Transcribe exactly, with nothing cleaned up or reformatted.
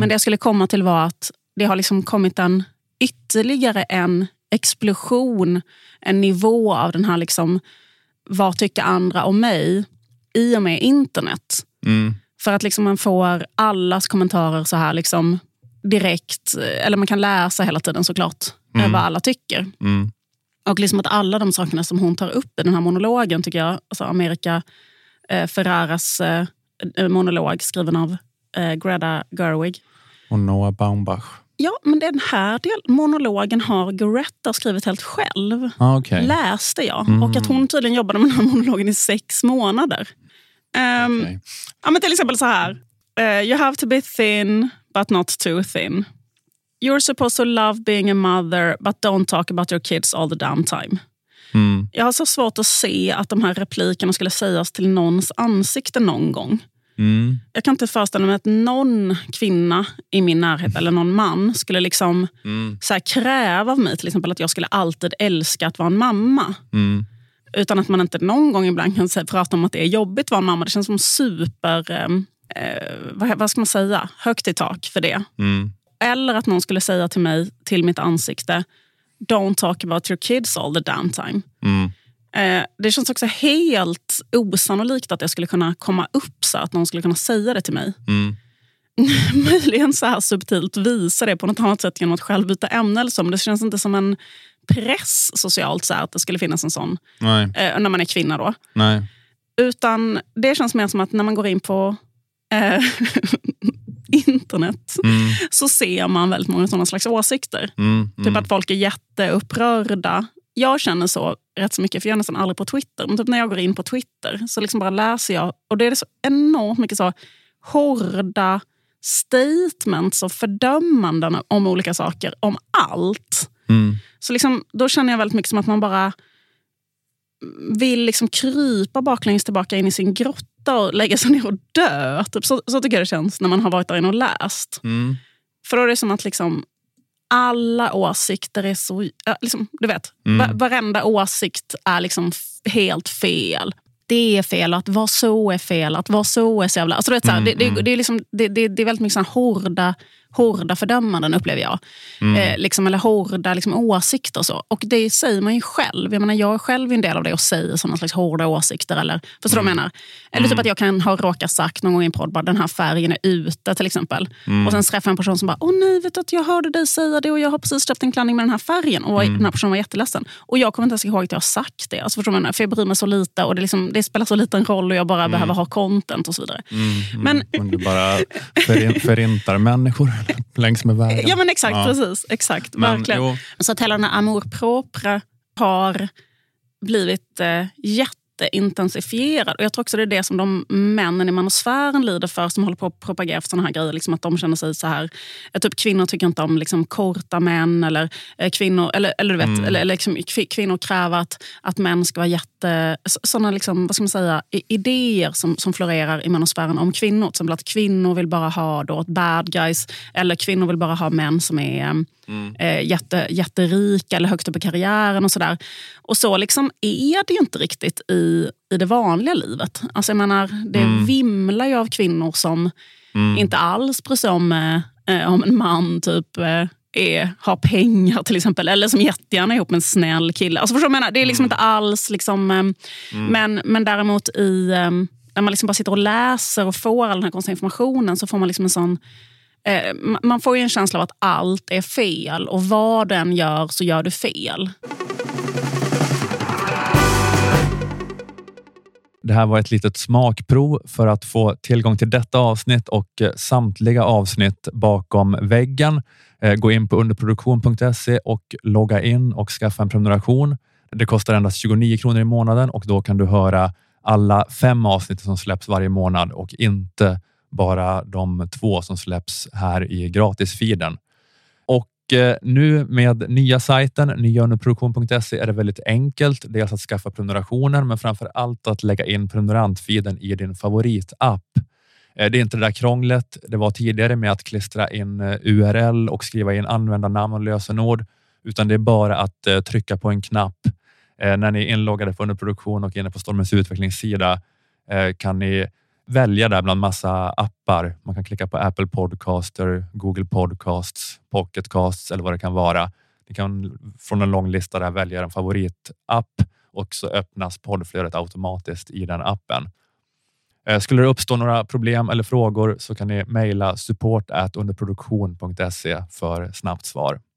Men det jag skulle komma till var att det har liksom kommit en ytterligare en explosion, en nivå av den här liksom, vad tycker andra om mig i och med internet. Mm. För att liksom man får allas kommentarer så här liksom direkt, eller man kan läsa hela tiden såklart mm. vad alla tycker. Mm. Och liksom att alla de sakerna som hon tar upp i den här monologen tycker jag, alltså America eh, Ferraras eh, monolog skriven av eh, Greta Gerwig. Och Noah Baumbach. Ja, men den här del, monologen har Greta skrivit helt själv. Ah, okay. Läste jag. Mm. Och att hon tydligen jobbade med den här monologen i sex månader. Um, okay. Ja, men till exempel så här. Uh, you have to be thin, but not too thin. You're supposed to love being a mother, but don't talk about your kids all the damn time. Mm. Jag har så svårt att se att de här replikerna skulle sägas till någons ansikte någon gång. Mm. Jag kan inte föreställa mig att någon kvinna i min närhet eller någon man skulle liksom mm. så här kräva av mig till exempel att jag skulle alltid älska att vara en mamma. Mm. Utan att man inte någon gång ibland kan säga, prata om att det är jobbigt att vara en mamma. Det känns som super, eh, vad, vad ska man säga, högt i tak för det. Mm. Eller att någon skulle säga till mig, till mitt ansikte, don't talk about your kids all the damn time. Mm. Eh, det känns också helt osannolikt att jag skulle kunna komma upp så att någon skulle kunna säga det till mig. Mm. Möjligen så här subtilt visa det på något annat sätt genom att själv byta ämne eller så. Men det känns inte som en press socialt så här, att det skulle finnas en sån. Nej. Eh, när man är kvinna då. Nej. Utan det känns mer som att när man går in på eh, internet mm. så ser man väldigt många sådana slags åsikter. Mm. Mm. Typ att folk är jätteupprörda. Jag känner så rätt så mycket, för jag är nästan aldrig på Twitter. Men typ när jag går in på Twitter så liksom bara läser jag. Och det är så enormt mycket så hårda statements och fördömanden om olika saker. Om allt. Mm. Så liksom, då känner jag väldigt mycket som att man bara vill liksom krypa baklänges tillbaka in i sin grotta och lägga sig ner och dö. Typ så, så tycker jag det känns när man har varit där inne och läst. Mm. För då är det som att liksom alla åsikter är så, liksom, du vet, mm. va, varenda åsikt är liksom f- helt fel. Det är fel, att vara så är fel, att vara så är så jävla. Alltså, du vet, så här, mm. det, det, det, är liksom, det, det, det är väldigt mycket så här hårda, hårda fördömanden upplever jag. Mm. Eh, liksom, eller hårda liksom, åsikter och så. Och det säger man ju själv. Jag menar, jag är själv en del av det och säger sådana slags hårda åsikter. Eller, förstår du mm. vad jag menar? Eller typ mm. att jag kan ha råkat sagt någon gång i en podd, bara den här färgen är ute till exempel. Mm. Och sen träffar jag en person som bara, åh nej, vet du att jag hörde dig säga det och jag har precis köpt en klänning med den här färgen. Och mm. den här personen var jätteledsen. Och jag kommer inte ens ihåg att jag har sagt det. Alltså, förstår du vad jag menar? För jag bryr mig så lite och det, liksom, det spelar så liten roll och jag bara mm. behöver ha content och så vidare. Mm. Mm. Men, men du bara förin, förintar människor längs med vägen. Ja men exakt, ja. precis. Exakt, men, verkligen. Jo. Så att hela den här amour propre har blivit eh, jätteintensifierad. Och jag tror också det är det som de männen i manosfären lider för som håller på att propagera för såna här grejer. Liksom att de känner sig så här. Typ kvinnor tycker inte om liksom, korta män. Eller eh, kvinnor, eller, eller du vet, mm. eller, eller liksom, kvinnor kräver att, att män ska vara jätte... Sådana liksom, vad ska man säga, idéer som, som florerar i manosfären om kvinnor. Till exempel att kvinnor vill bara ha då ett bad guys. Eller kvinnor vill bara ha män som är mm. eh, jätte, jätterika eller högt upp i karriären och sådär. Och så liksom är det ju inte riktigt i, i det vanliga livet. Alltså jag menar, det mm. vimlar ju av kvinnor som mm. inte alls bryr sig om, eh, om en man typ eh, är, har pengar till exempel. Eller som jättegärna är ihop med en snäll kille. Alltså förstår du vad jag menar? Det är liksom mm. inte alls liksom... Eh, mm. men, men däremot i... Eh, när man liksom bara sitter och läser och får all den här konstiga informationen så får man liksom en sån... Eh, man får ju en känsla av att allt är fel. Och vad den gör så gör du fel. Det här var ett litet smakprov. För att få tillgång till detta avsnitt och samtliga avsnitt bakom väggen. Gå in på underproduktion punkt se och logga in och skaffa en prenumeration. Det kostar endast tjugonio kronor i månaden och då kan du höra alla fem avsnitt som släpps varje månad och inte bara de två som släpps här i gratisfeeden. Och nu med nya sajten, nya underproduktion punkt se är det väldigt enkelt. Dels att skaffa prenumerationer men framför allt att lägga in prenumerantfeeden i din favoritapp. Det är inte det där krånglet det var tidigare med att klistra in U R L och skriva in användarnamn och lösenord. Utan det är bara att trycka på en knapp. När ni är inloggade på underproduktion och inne på Stormens utvecklingssida kan ni välja där bland massa appar. Man kan klicka på Apple Podcaster, Google Podcasts, Pocket Casts eller vad det kan vara. Ni kan från en lång lista där välja en favoritapp och så öppnas poddflödet automatiskt i den appen. Skulle det uppstå några problem eller frågor så kan ni mejla support at underproduktion punkt se för snabbt svar.